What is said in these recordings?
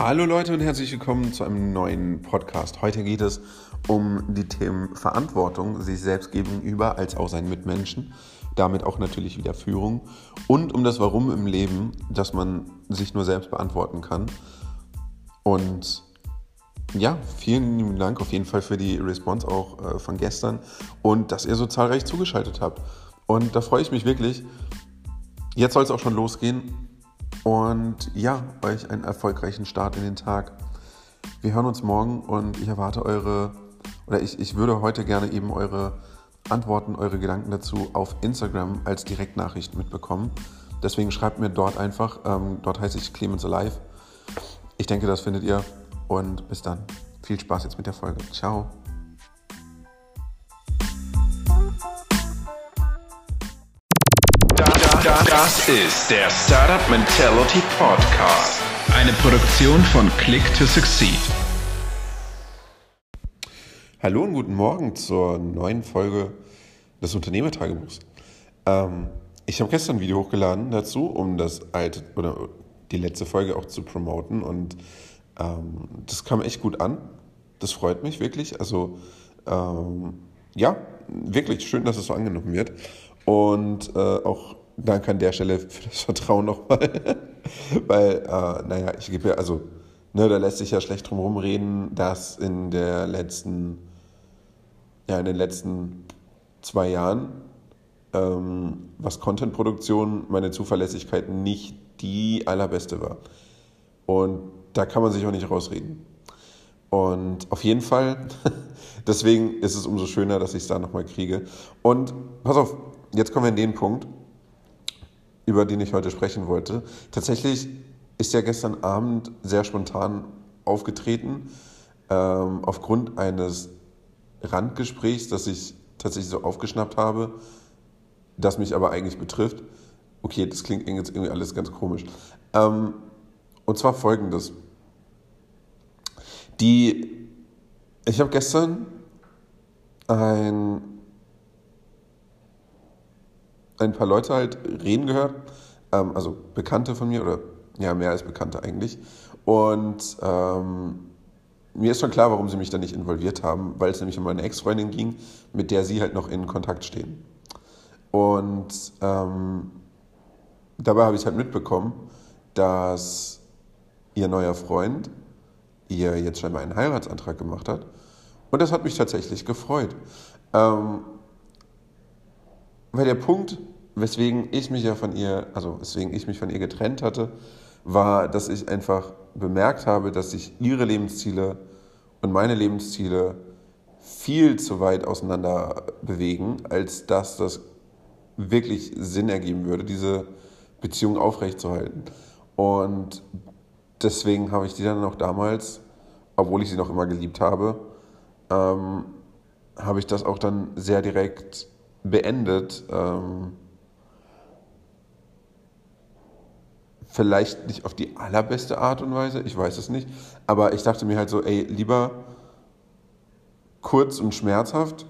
Hallo Leute und herzlich willkommen zu einem neuen Podcast. Heute geht es um die Themen Verantwortung, sich selbst gegenüber als auch seinen Mitmenschen, damit auch natürlich wieder Führung und um das Warum im Leben, dass man sich nur selbst beantworten kann. Und ja, vielen lieben Dank auf jeden Fall für die Response auch von gestern und dass ihr so zahlreich zugeschaltet habt. Und da freue ich mich wirklich. Jetzt soll es auch schon losgehen. Und ja, euch einen erfolgreichen Start in den Tag. Wir hören uns morgen und ich erwarte ich würde heute gerne eben eure Antworten, eure Gedanken dazu auf Instagram als Direktnachricht mitbekommen. Deswegen schreibt mir dort einfach, dort heiße ich Clemens Alive. Ich denke, das findet ihr und bis dann. Viel Spaß jetzt mit der Folge. Ciao. Das ist der Startup Mentality Podcast. Eine Produktion von Click to Succeed. Hallo und guten Morgen zur neuen Folge des Unternehmertagebuchs. Ich habe gestern ein Video hochgeladen dazu, um das alte oder die letzte Folge auch zu promoten und das kam echt gut an. Das freut mich wirklich. Also ja, wirklich schön, dass es so angenommen wird und auch danke an der Stelle für das Vertrauen nochmal, weil, ich gebe ja, da lässt sich ja schlecht drum herum reden, dass in den letzten 2 Jahren, was Content-Produktion, meine Zuverlässigkeit nicht die allerbeste war. Und da kann man sich auch nicht rausreden. Und auf jeden Fall, deswegen ist es umso schöner, dass ich es da nochmal kriege. Und pass auf, jetzt kommen wir an den Punkt, über den ich heute sprechen wollte. Tatsächlich ist ja gestern Abend sehr spontan aufgetreten, aufgrund eines Randgesprächs, das ich tatsächlich so aufgeschnappt habe, das mich aber eigentlich betrifft. Okay, das klingt jetzt irgendwie alles ganz komisch. Und zwar Folgendes. Ich habe gestern ein paar Leute halt reden gehört, also Bekannte von mir oder ja, mehr als Bekannte eigentlich. Und mir ist schon klar, warum sie mich da nicht involviert haben, weil es nämlich um meine Ex-Freundin ging, mit der sie halt noch in Kontakt stehen. Und dabei habe ich halt mitbekommen, dass ihr neuer Freund ihr jetzt scheinbar einen Heiratsantrag gemacht hat. Und das hat mich tatsächlich gefreut. Weil der Punkt, weswegen ich mich von ihr getrennt hatte, war, dass ich einfach bemerkt habe, dass sich ihre Lebensziele und meine Lebensziele viel zu weit auseinander bewegen, als dass das wirklich Sinn ergeben würde, diese Beziehung aufrechtzuerhalten. Und deswegen habe ich die dann auch damals, obwohl ich sie noch immer geliebt habe, habe ich das auch dann sehr direkt beendet. Vielleicht nicht auf die allerbeste Art und Weise, ich weiß es nicht, aber ich dachte mir halt so, lieber kurz und schmerzhaft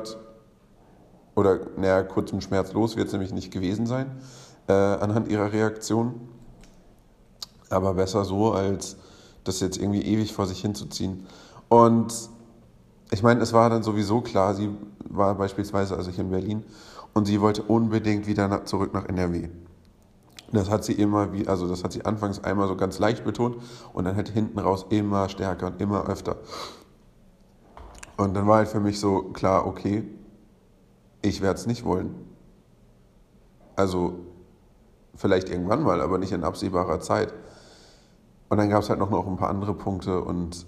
kurz und schmerzlos wird es nämlich nicht gewesen sein, anhand ihrer Reaktion, aber besser so, als das jetzt irgendwie ewig vor sich hinzuziehen. Und ich meine, es war dann sowieso klar, sie war beispielsweise hier in Berlin und sie wollte unbedingt wieder zurück nach NRW. Das hat sie anfangs einmal so ganz leicht betont und dann halt hinten raus immer stärker und immer öfter. Und dann war halt für mich so klar, okay, ich werde es nicht wollen. Also vielleicht irgendwann mal, aber nicht in absehbarer Zeit. Und dann gab es halt noch ein paar andere Punkte und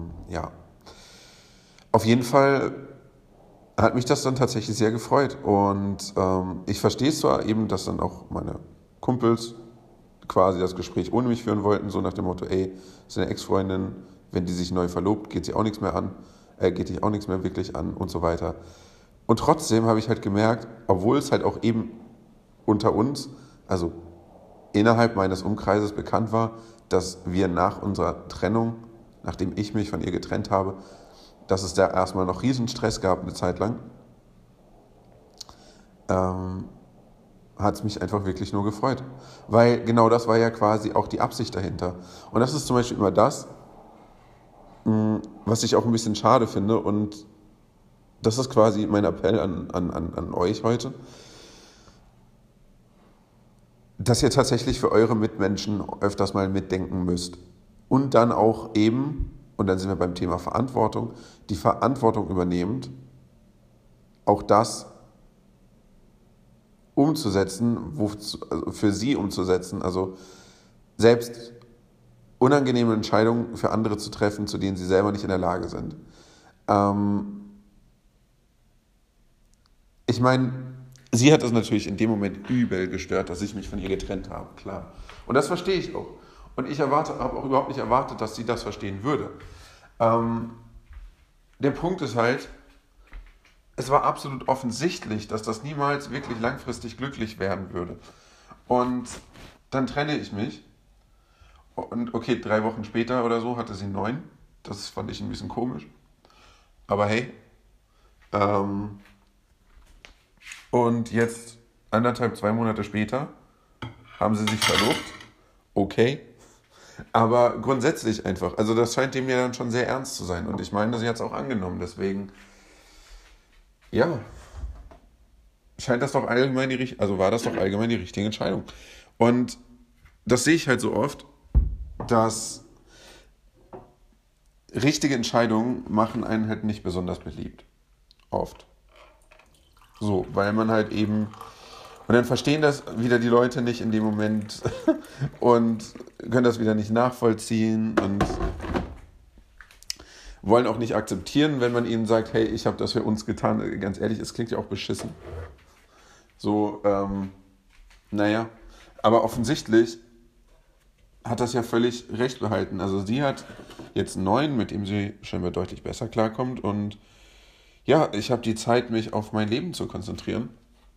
auf jeden Fall hat mich das dann tatsächlich sehr gefreut und ich verstehe es zwar eben, dass dann auch meine Kumpels quasi das Gespräch ohne mich führen wollten, so nach dem Motto, ist eine Ex-Freundin, wenn die sich neu verlobt, geht dich auch nichts mehr wirklich an und so weiter. Und trotzdem habe ich halt gemerkt, obwohl es halt auch eben unter uns, also innerhalb meines Umkreises bekannt war, dass wir nach unserer Trennung, nachdem ich mich von ihr getrennt habe, dass es da erstmal noch riesen Stress gab eine Zeit lang. hat es mich einfach wirklich nur gefreut. Weil genau das war ja quasi auch die Absicht dahinter. Und das ist zum Beispiel immer das, was ich auch ein bisschen schade finde. Und das ist quasi mein Appell an euch heute, dass ihr tatsächlich für eure Mitmenschen öfters mal mitdenken müsst. Und dann auch eben, und dann sind wir beim Thema Verantwortung, die Verantwortung übernehmt, auch das umzusetzen, also für sie umzusetzen, also selbst unangenehme Entscheidungen für andere zu treffen, zu denen sie selber nicht in der Lage sind. Ich meine, sie hat es natürlich in dem Moment übel gestört, dass ich mich von ihr getrennt habe, klar. Und das verstehe ich auch. Und ich habe auch überhaupt nicht erwartet, dass sie das verstehen würde. Der Punkt ist halt, es war absolut offensichtlich, dass das niemals wirklich langfristig glücklich werden würde. Und dann trenne ich mich. Und okay, 3 Wochen später oder so hatte sie einen neuen. Das fand ich ein bisschen komisch. Aber hey. Und jetzt 1,5, 2 Monate später haben sie sich verlobt. Okay. Aber grundsätzlich einfach. Also das scheint dem ja dann schon sehr ernst zu sein. Und ich meine, sie hat es auch angenommen. Deswegen, ja, scheint das doch allgemein war das doch allgemein die richtige Entscheidung. Und das sehe ich halt so oft, dass richtige Entscheidungen machen einen halt nicht besonders beliebt. Oft. So, weil man halt eben... Und dann verstehen das wieder die Leute nicht in dem Moment und können das wieder nicht nachvollziehen und wollen auch nicht akzeptieren, wenn man ihnen sagt, hey, ich habe das für uns getan. Ganz ehrlich, es klingt ja auch beschissen. So, naja. Aber offensichtlich hat das ja völlig recht behalten. Also sie hat jetzt einen neuen, mit dem sie scheinbar deutlich besser klarkommt. Und ja, ich habe die Zeit, mich auf mein Leben zu konzentrieren.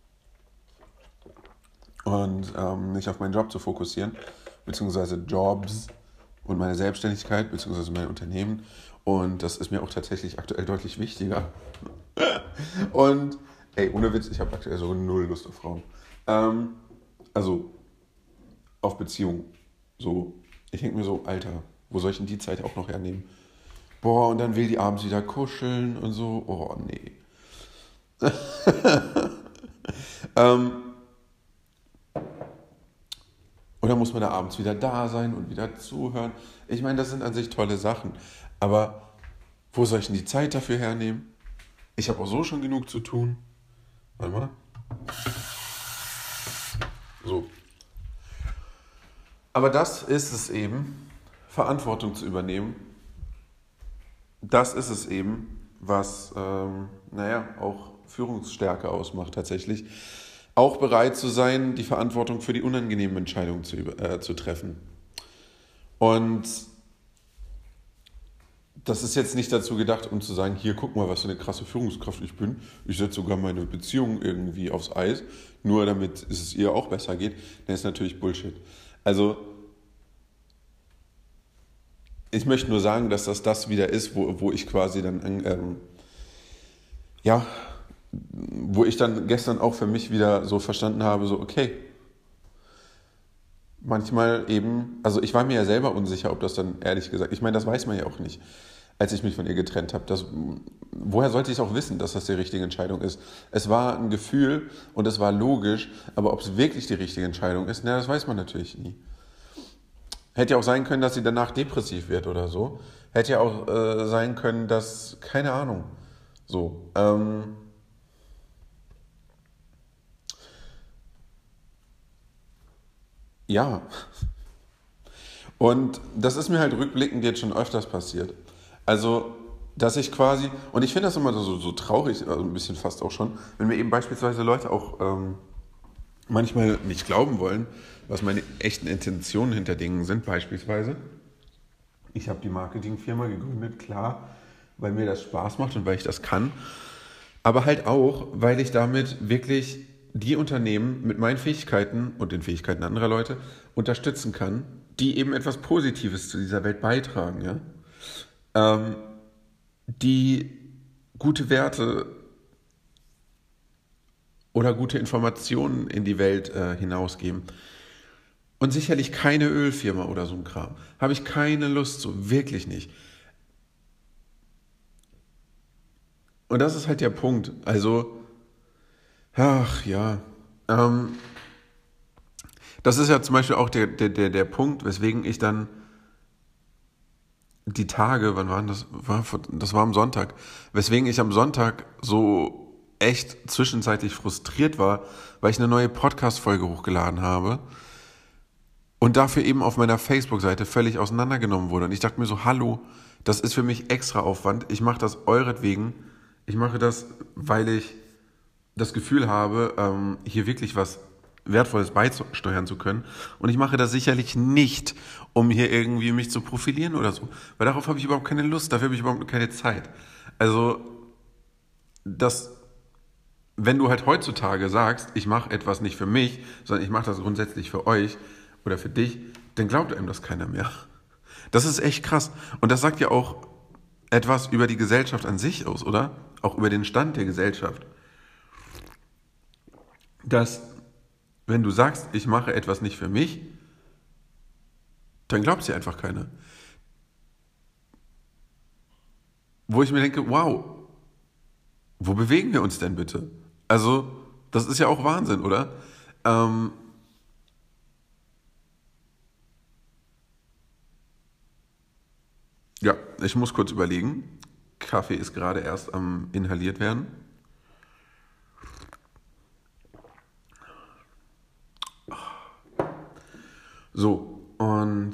Und mich auf meinen Job zu fokussieren, beziehungsweise Jobs und meine Selbstständigkeit, beziehungsweise mein Unternehmen. Und das ist mir auch tatsächlich aktuell deutlich wichtiger. Und, ey, ohne Witz, ich habe aktuell so 0 Lust auf Frauen. Also, auf Beziehungen. So, ich denke mir so, Alter, wo soll ich denn die Zeit auch noch hernehmen? Boah, und dann will die abends wieder kuscheln und so. Oh, nee. Oder muss man da abends wieder da sein und wieder zuhören? Ich meine, das sind an sich tolle Sachen. Aber wo soll ich denn die Zeit dafür hernehmen? Ich habe auch so schon genug zu tun. Warte mal. So. Aber das ist es eben, Verantwortung zu übernehmen. Das ist es eben, was, auch Führungsstärke ausmacht tatsächlich. Auch bereit zu sein, die Verantwortung für die unangenehmen Entscheidungen zu treffen. Und das ist jetzt nicht dazu gedacht, um zu sagen, hier, guck mal, was für eine krasse Führungskraft ich bin. Ich setze sogar meine Beziehung irgendwie aufs Eis, nur damit es ihr auch besser geht. Das ist natürlich Bullshit. Also, ich möchte nur sagen, dass das wieder ist, wo ich quasi dann, wo ich dann gestern auch für mich wieder so verstanden habe, so okay, manchmal eben, also ich war mir ja selber unsicher, ob das dann ehrlich gesagt, ich meine, das weiß man ja auch nicht, als ich mich von ihr getrennt habe. Woher sollte ich auch wissen, dass das die richtige Entscheidung ist? Es war ein Gefühl und es war logisch, aber ob es wirklich die richtige Entscheidung ist, das weiß man natürlich nie. Hätte ja auch sein können, dass sie danach depressiv wird oder so. Hätte ja auch sein können, dass, keine Ahnung, so, ja. Und das ist mir halt rückblickend jetzt schon öfters passiert. Also, dass ich quasi, und ich finde das immer so traurig, also ein bisschen fast auch schon, wenn mir eben beispielsweise Leute auch manchmal nicht glauben wollen, was meine echten Intentionen hinter Dingen sind. Beispielsweise, ich habe die Marketingfirma gegründet, klar, weil mir das Spaß macht und weil ich das kann, aber halt auch, weil ich damit wirklich die Unternehmen mit meinen Fähigkeiten und den Fähigkeiten anderer Leute unterstützen kann, die eben etwas Positives zu dieser Welt beitragen, ja? Die gute Werte oder gute Informationen in die Welt hinausgeben. Und sicherlich keine Ölfirma oder so ein Kram. Habe ich keine Lust zu, wirklich nicht. Und das ist halt der Punkt. Also, ach ja. Das ist ja zum Beispiel auch der Punkt, weswegen ich dann die Tage, wann waren das? Das war am Sonntag. Weswegen ich am Sonntag so echt zwischenzeitlich frustriert war, weil ich eine neue Podcast-Folge hochgeladen habe und dafür eben auf meiner Facebook-Seite völlig auseinandergenommen wurde. Und ich dachte mir so, hallo, das ist für mich extra Aufwand. Ich mache das euretwegen. Ich mache das, weil ich das Gefühl habe, hier wirklich was Wertvolles beisteuern zu können. Und ich mache das sicherlich nicht, um hier irgendwie mich zu profilieren oder so. Weil darauf habe ich überhaupt keine Lust, dafür habe ich überhaupt keine Zeit. Also, wenn du halt heutzutage sagst, ich mache etwas nicht für mich, sondern ich mache das grundsätzlich für euch oder für dich, dann glaubt einem das keiner mehr. Das ist echt krass. Und das sagt ja auch etwas über die Gesellschaft an sich aus, oder? Auch über den Stand der Gesellschaft. Dass, wenn du sagst, ich mache etwas nicht für mich, dann glaubt dir einfach keiner. Wo ich mir denke, wow, wo bewegen wir uns denn bitte? Also, das ist ja auch Wahnsinn, oder? Ja, ich muss kurz überlegen. Kaffee ist gerade erst am inhaliert werden. So, und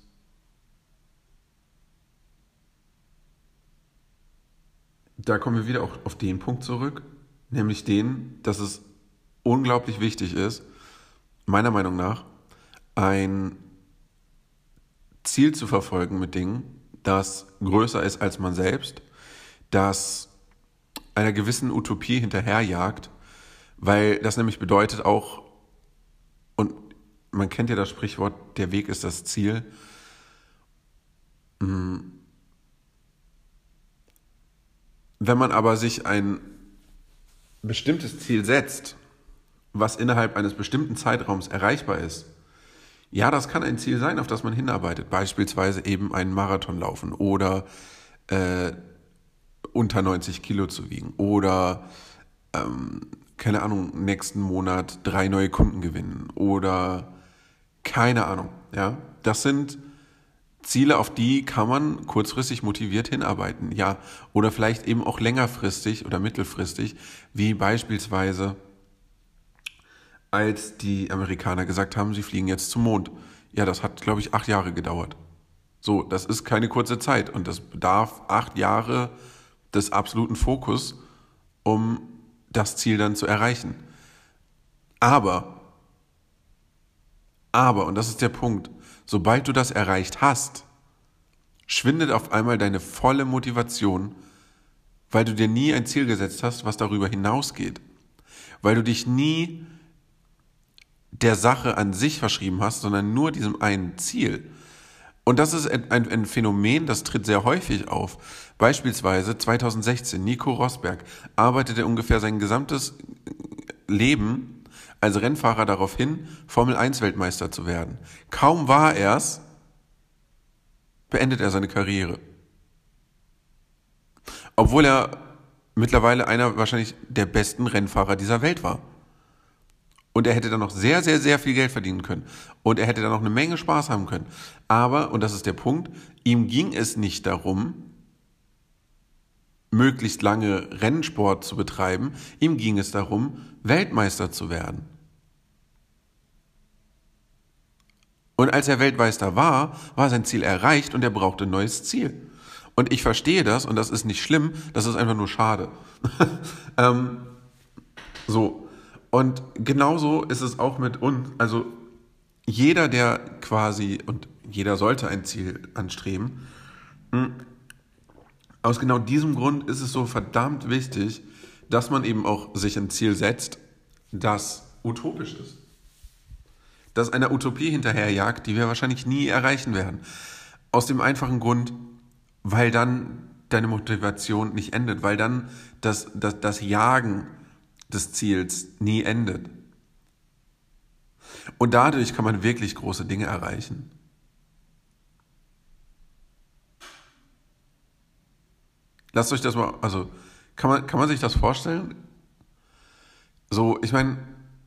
da kommen wir wieder auch auf den Punkt zurück, nämlich den, dass es unglaublich wichtig ist, meiner Meinung nach, ein Ziel zu verfolgen mit Dingen, das größer ist als man selbst, das einer gewissen Utopie hinterherjagt, weil das nämlich bedeutet auch, und man kennt ja das Sprichwort, der Weg ist das Ziel. Wenn man aber sich ein bestimmtes Ziel setzt, was innerhalb eines bestimmten Zeitraums erreichbar ist, ja, das kann ein Ziel sein, auf das man hinarbeitet. Beispielsweise eben einen Marathon laufen oder unter 90 Kilo zu wiegen oder, keine Ahnung, nächsten Monat 3 neue Kunden gewinnen oder keine Ahnung. Ja, das sind Ziele, auf die kann man kurzfristig motiviert hinarbeiten. Ja, oder vielleicht eben auch längerfristig oder mittelfristig, wie beispielsweise als die Amerikaner gesagt haben, sie fliegen jetzt zum Mond. Ja, das hat, glaube ich, 8 Jahre gedauert. So, das ist keine kurze Zeit und das bedarf 8 Jahre des absoluten Fokus, um das Ziel dann zu erreichen. Aber, und das ist der Punkt, sobald du das erreicht hast, schwindet auf einmal deine volle Motivation, weil du dir nie ein Ziel gesetzt hast, was darüber hinausgeht. Weil du dich nie der Sache an sich verschrieben hast, sondern nur diesem einen Ziel. Und das ist ein Phänomen, das tritt sehr häufig auf. Beispielsweise 2016, Nico Rosberg arbeitete ungefähr sein gesamtes Leben als Rennfahrer darauf hin, Formel-1-Weltmeister zu werden. Kaum war er's, beendet er seine Karriere. Obwohl er mittlerweile einer wahrscheinlich der besten Rennfahrer dieser Welt war. Und er hätte dann noch sehr, sehr, sehr viel Geld verdienen können. Und er hätte dann noch eine Menge Spaß haben können. Aber, und das ist der Punkt, ihm ging es nicht darum, möglichst lange Rennsport zu betreiben. Ihm ging es darum, Weltmeister zu werden. Und als er Weltmeister war sein Ziel erreicht und er brauchte ein neues Ziel. Und ich verstehe das und das ist nicht schlimm, das ist einfach nur schade. So. Und genauso ist es auch mit uns. Also jeder, der quasi, und jeder sollte ein Ziel anstreben, aus genau diesem Grund ist es so verdammt wichtig, dass man eben auch sich ein Ziel setzt, das utopisch ist. Das einer Utopie hinterherjagt, die wir wahrscheinlich nie erreichen werden. Aus dem einfachen Grund, weil dann deine Motivation nicht endet, weil dann das Jagen des Ziels nie endet. Und dadurch kann man wirklich große Dinge erreichen. Lasst euch das mal, also kann man sich das vorstellen? So, ich meine,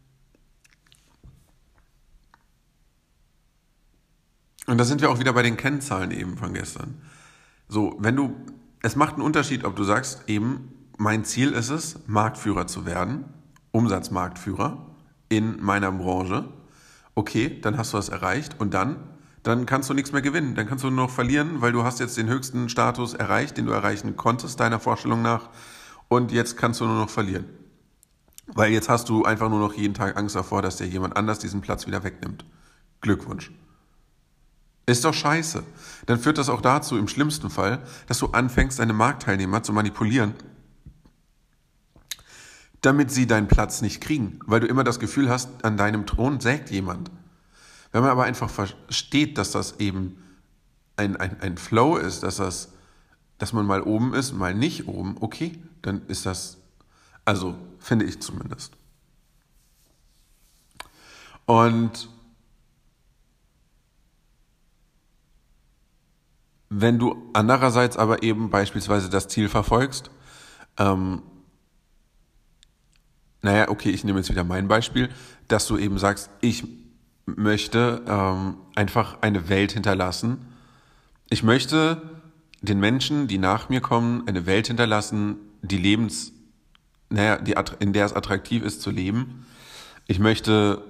und da sind wir auch wieder bei den Kennzahlen eben von gestern. So, es macht einen Unterschied, ob du sagst, eben, mein Ziel ist es, Marktführer zu werden, Umsatzmarktführer in meiner Branche. Okay, dann hast du das erreicht und dann kannst du nichts mehr gewinnen. Dann kannst du nur noch verlieren, weil du hast jetzt den höchsten Status erreicht, den du erreichen konntest, deiner Vorstellung nach. Und jetzt kannst du nur noch verlieren. Weil jetzt hast du einfach nur noch jeden Tag Angst davor, dass dir jemand anders diesen Platz wieder wegnimmt. Glückwunsch. Ist doch scheiße. Dann führt das auch dazu, im schlimmsten Fall, dass du anfängst, deine Marktteilnehmer zu manipulieren, damit sie deinen Platz nicht kriegen. Weil du immer das Gefühl hast, an deinem Thron sägt jemand. Wenn man aber einfach versteht, dass das eben ein Flow ist, dass man mal oben ist, mal nicht oben, okay, dann ist das, also finde ich zumindest. Und wenn du andererseits aber eben beispielsweise das Ziel verfolgst, ich nehme jetzt wieder mein Beispiel, dass du eben sagst, ich möchte einfach eine Welt hinterlassen. Ich möchte den Menschen, die nach mir kommen, eine Welt hinterlassen, in der es attraktiv ist zu leben. Ich möchte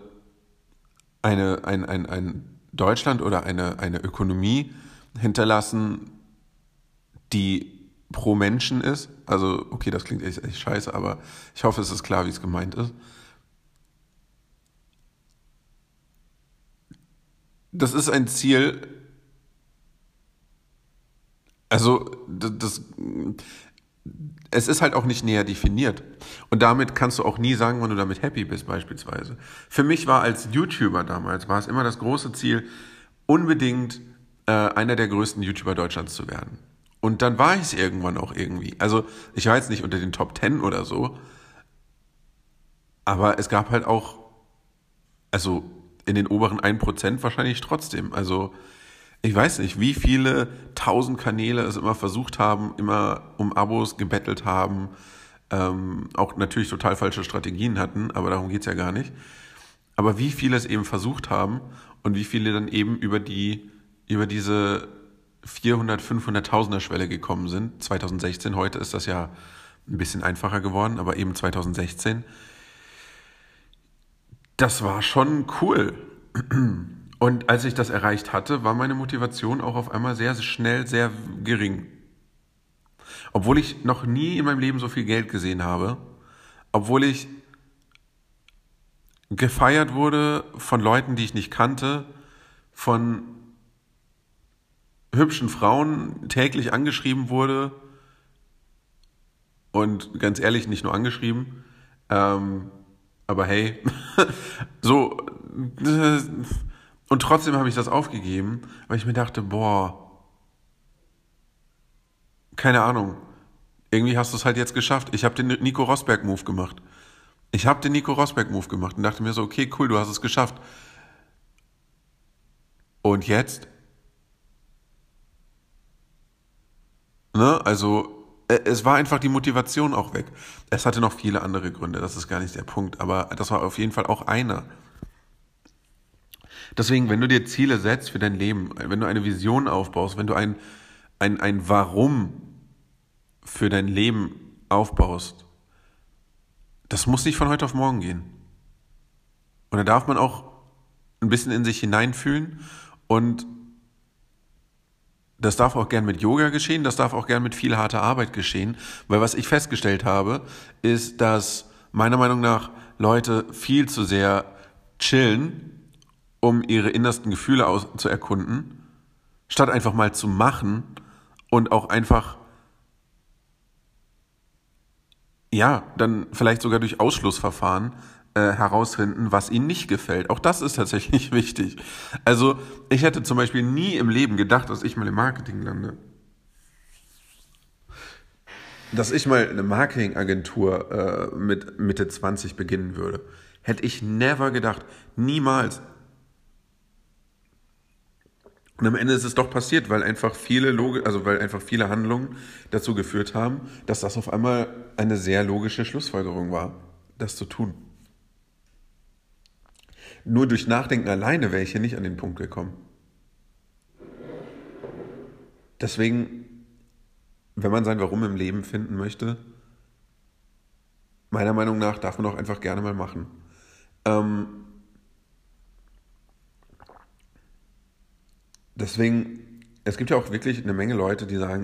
ein Deutschland oder eine Ökonomie hinterlassen, die pro Menschen ist. Also, okay, das klingt echt scheiße, aber ich hoffe, es ist klar, wie es gemeint ist. Das ist ein Ziel, also es ist halt auch nicht näher definiert. Und damit kannst du auch nie sagen, wann du damit happy bist beispielsweise. Für mich war als YouTuber damals, war es immer das große Ziel, unbedingt einer der größten YouTuber Deutschlands zu werden. Und dann war ich es irgendwann auch irgendwie. Also ich war jetzt nicht unter den Top 10 oder so, aber es gab halt auch, also in den oberen 1% wahrscheinlich trotzdem. Also ich weiß nicht, wie viele 1000 Kanäle es immer versucht haben, immer um Abos gebettelt haben, auch natürlich total falsche Strategien hatten, aber darum geht's ja gar nicht. Aber wie viele es eben versucht haben und wie viele dann eben über diese 400, 500.000er Schwelle gekommen sind. 2016, heute ist das ja ein bisschen einfacher geworden, aber eben 2016. Das war schon cool. Und als ich das erreicht hatte, war meine Motivation auch auf einmal sehr, sehr schnell sehr gering. Obwohl ich noch nie in meinem Leben so viel Geld gesehen habe, obwohl ich gefeiert wurde von Leuten, die ich nicht kannte, von hübschen Frauen täglich angeschrieben wurde und ganz ehrlich, nicht nur angeschrieben, aber hey, so, und trotzdem habe ich das aufgegeben, weil ich mir dachte, keine Ahnung, irgendwie hast du es halt jetzt geschafft. Ich habe den Nico Rosberg-Move gemacht. Und dachte mir so, okay, cool, du hast es geschafft. Und jetzt? Ne? Also, es war einfach die Motivation auch weg. Es hatte noch viele andere Gründe, das ist gar nicht der Punkt, aber das war auf jeden Fall auch einer. Deswegen, wenn du dir Ziele setzt für dein Leben, wenn du eine Vision aufbaust, wenn du ein Warum für dein Leben aufbaust, das muss nicht von heute auf morgen gehen. Und da darf man auch ein bisschen in sich hineinfühlen und das darf auch gern mit Yoga geschehen, das darf auch gern mit viel harter Arbeit geschehen, weil was ich festgestellt habe, ist, dass meiner Meinung nach Leute viel zu sehr chillen, um ihre innersten Gefühle zu erkunden, statt einfach mal zu machen und auch einfach, ja, dann vielleicht sogar durch Ausschlussverfahren herausfinden, was ihnen nicht gefällt. Auch das ist tatsächlich wichtig. Also ich hätte zum Beispiel nie im Leben gedacht, dass ich mal im Marketing lande. dass ich mal eine Marketingagentur mit Mitte 20 beginnen würde. Hätte ich never gedacht. Niemals. Und am Ende ist es doch passiert, weil einfach viele Handlungen dazu geführt haben, dass das auf einmal eine sehr logische Schlussfolgerung war, das zu tun. Nur durch Nachdenken alleine wäre ich hier nicht an den Punkt gekommen. Deswegen, wenn man sein Warum im Leben finden möchte, meiner Meinung nach darf man auch einfach gerne mal machen. Deswegen, es gibt ja auch wirklich eine Menge Leute, die sagen,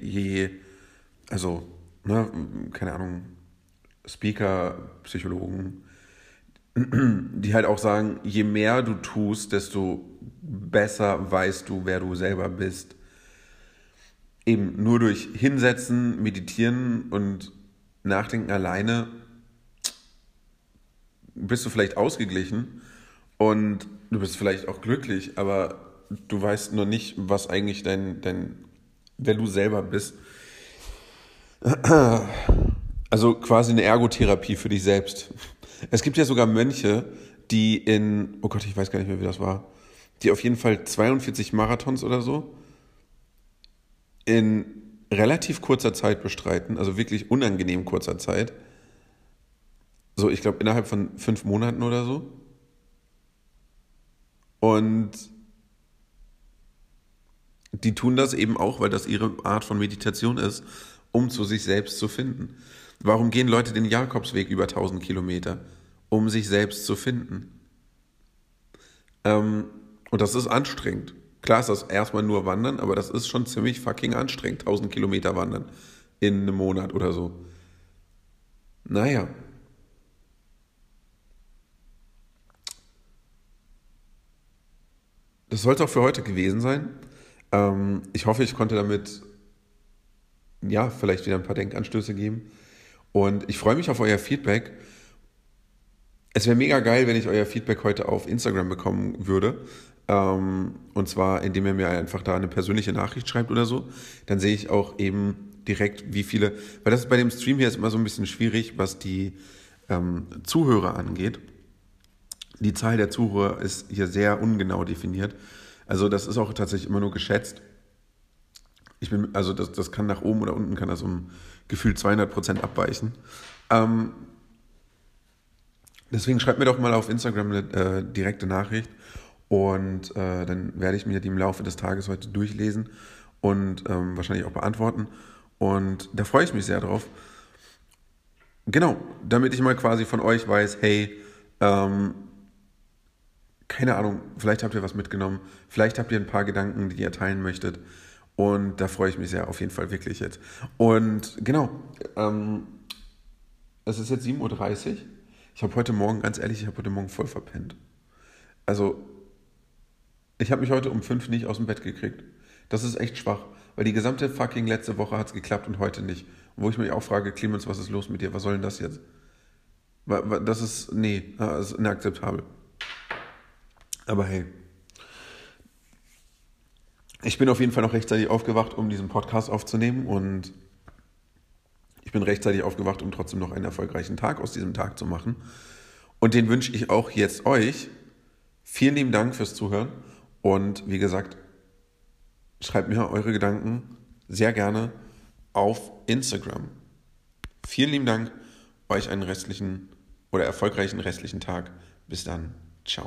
keine Ahnung, Speaker, Psychologen, die halt auch sagen, je mehr du tust, desto besser weißt du, wer du selber bist. Eben nur durch Hinsetzen, Meditieren und Nachdenken alleine bist du vielleicht ausgeglichen und du bist vielleicht auch glücklich, aber du weißt noch nicht, was eigentlich wer du selber bist. Also quasi eine Ergotherapie für dich selbst. Es gibt ja sogar Mönche, die ich weiß gar nicht mehr, wie das war, die auf jeden Fall 42 Marathons oder so in relativ kurzer Zeit bestreiten, also wirklich unangenehm kurzer Zeit. So, ich glaube, innerhalb von 5 Monaten oder so. Und die tun das eben auch, weil das ihre Art von Meditation ist, um zu sich selbst zu finden. Warum gehen Leute den Jakobsweg über 1000 Kilometer? Um sich selbst zu finden. Und das ist anstrengend. Klar ist das erstmal nur Wandern, aber das ist schon ziemlich fucking anstrengend. 1000 Kilometer wandern in einem Monat oder so. Naja. Das soll es auch für heute gewesen sein. Ich hoffe, ich konnte damit vielleicht wieder ein paar Denkanstöße geben. Und ich freue mich auf euer Feedback. Es wäre mega geil, wenn ich euer Feedback heute auf Instagram bekommen würde. Und zwar, indem ihr mir einfach da eine persönliche Nachricht schreibt oder so. Dann sehe ich auch eben direkt, wie viele, weil das bei dem Stream hier ist immer so ein bisschen schwierig, was die Zuhörer angeht. Die Zahl der Zuhörer ist hier sehr ungenau definiert. Also das ist auch tatsächlich immer nur geschätzt. Das kann nach oben oder unten, kann das um gefühlt 200% abweichen. Deswegen schreibt mir doch mal auf Instagram eine direkte Nachricht und dann werde ich mir die im Laufe des Tages heute durchlesen und wahrscheinlich auch beantworten. Und da freue ich mich sehr drauf. Genau, damit ich mal quasi von euch weiß, hey, keine Ahnung, vielleicht habt ihr was mitgenommen, vielleicht habt ihr ein paar Gedanken, die ihr teilen möchtet. Und da freue ich mich sehr, auf jeden Fall wirklich jetzt. Und genau, es ist jetzt 7:30 Uhr. Ich habe heute Morgen voll verpennt. Also, ich habe mich heute um 5 nicht aus dem Bett gekriegt. Das ist echt schwach, weil die gesamte fucking letzte Woche hat es geklappt und heute nicht. Wo ich mich auch frage, Clemens, was ist los mit dir? Was soll denn das jetzt? Das ist inakzeptabel. Aber hey, ich bin auf jeden Fall noch rechtzeitig aufgewacht, um diesen Podcast aufzunehmen und ich bin rechtzeitig aufgewacht, um trotzdem noch einen erfolgreichen Tag aus diesem Tag zu machen. Und den wünsche ich auch jetzt euch. Vielen lieben Dank fürs Zuhören und wie gesagt, schreibt mir eure Gedanken sehr gerne auf Instagram. Vielen lieben Dank, euch einen erfolgreichen restlichen Tag. Bis dann. Ciao.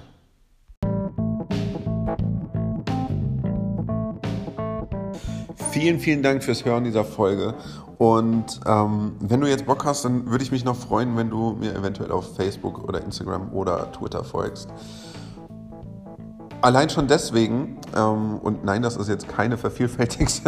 Vielen, vielen Dank fürs Hören dieser Folge. Und wenn du jetzt Bock hast, dann würde ich mich noch freuen, wenn du mir eventuell auf Facebook oder Instagram oder Twitter folgst. Allein schon deswegen, und nein, das ist jetzt keine vervielfältigtes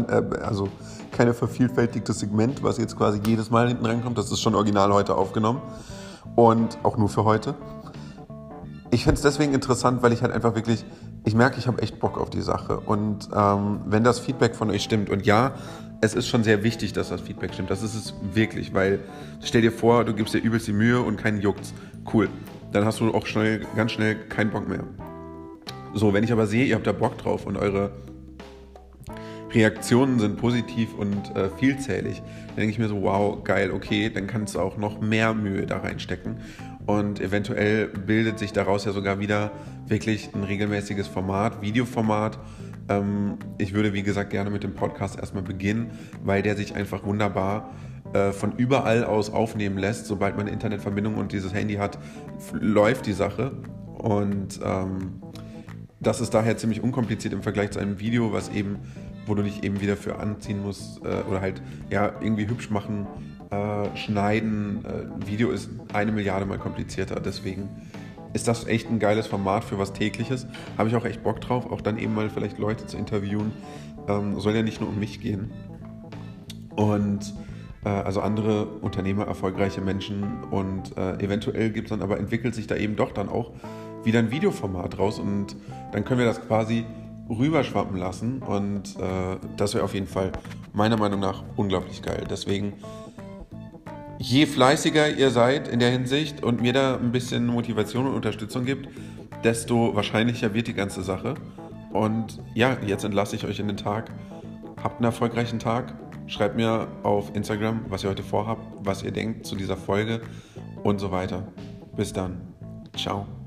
Segment, was jetzt quasi jedes Mal hinten rankommt. Das ist schon original heute aufgenommen und auch nur für heute. Ich finde es deswegen interessant, weil ich halt einfach wirklich, ich merke, ich habe echt Bock auf die Sache. Und wenn das Feedback von euch stimmt, und ja, es ist schon sehr wichtig, dass das Feedback stimmt, das ist es wirklich, weil stell dir vor, du gibst dir übelst die Mühe und keinen juckt's. Cool, dann hast du auch ganz schnell keinen Bock mehr. So, wenn ich aber sehe, ihr habt da Bock drauf und eure Reaktionen sind positiv und vielzählig, dann denke ich mir so, wow, geil, okay, dann kannst du auch noch mehr Mühe da reinstecken. Und eventuell bildet sich daraus ja sogar wieder wirklich ein regelmäßiges Format, Videoformat. Ich würde, wie gesagt, gerne mit dem Podcast erstmal beginnen, weil der sich einfach wunderbar von überall aus aufnehmen lässt. Sobald man eine Internetverbindung und dieses Handy hat, läuft die Sache. Und das ist daher ziemlich unkompliziert im Vergleich zu einem Video, wo du dich eben wieder für anziehen musst oder halt ja irgendwie hübsch machen, schneiden. Video ist 1 Milliarde mal komplizierter, deswegen ist das echt ein geiles Format für was Tägliches. Habe ich auch echt Bock drauf, auch dann eben mal vielleicht Leute zu interviewen. Soll ja nicht nur um mich gehen. Und also andere Unternehmer, erfolgreiche Menschen und eventuell entwickelt sich da eben doch dann auch wieder ein Videoformat raus und dann können wir das quasi rüberschwappen lassen und das wäre auf jeden Fall meiner Meinung nach unglaublich geil. Deswegen, je fleißiger ihr seid in der Hinsicht und mir da ein bisschen Motivation und Unterstützung gibt, desto wahrscheinlicher wird die ganze Sache. Und ja, jetzt entlasse ich euch in den Tag. Habt einen erfolgreichen Tag. Schreibt mir auf Instagram, was ihr heute vorhabt, was ihr denkt zu dieser Folge und so weiter. Bis dann. Ciao.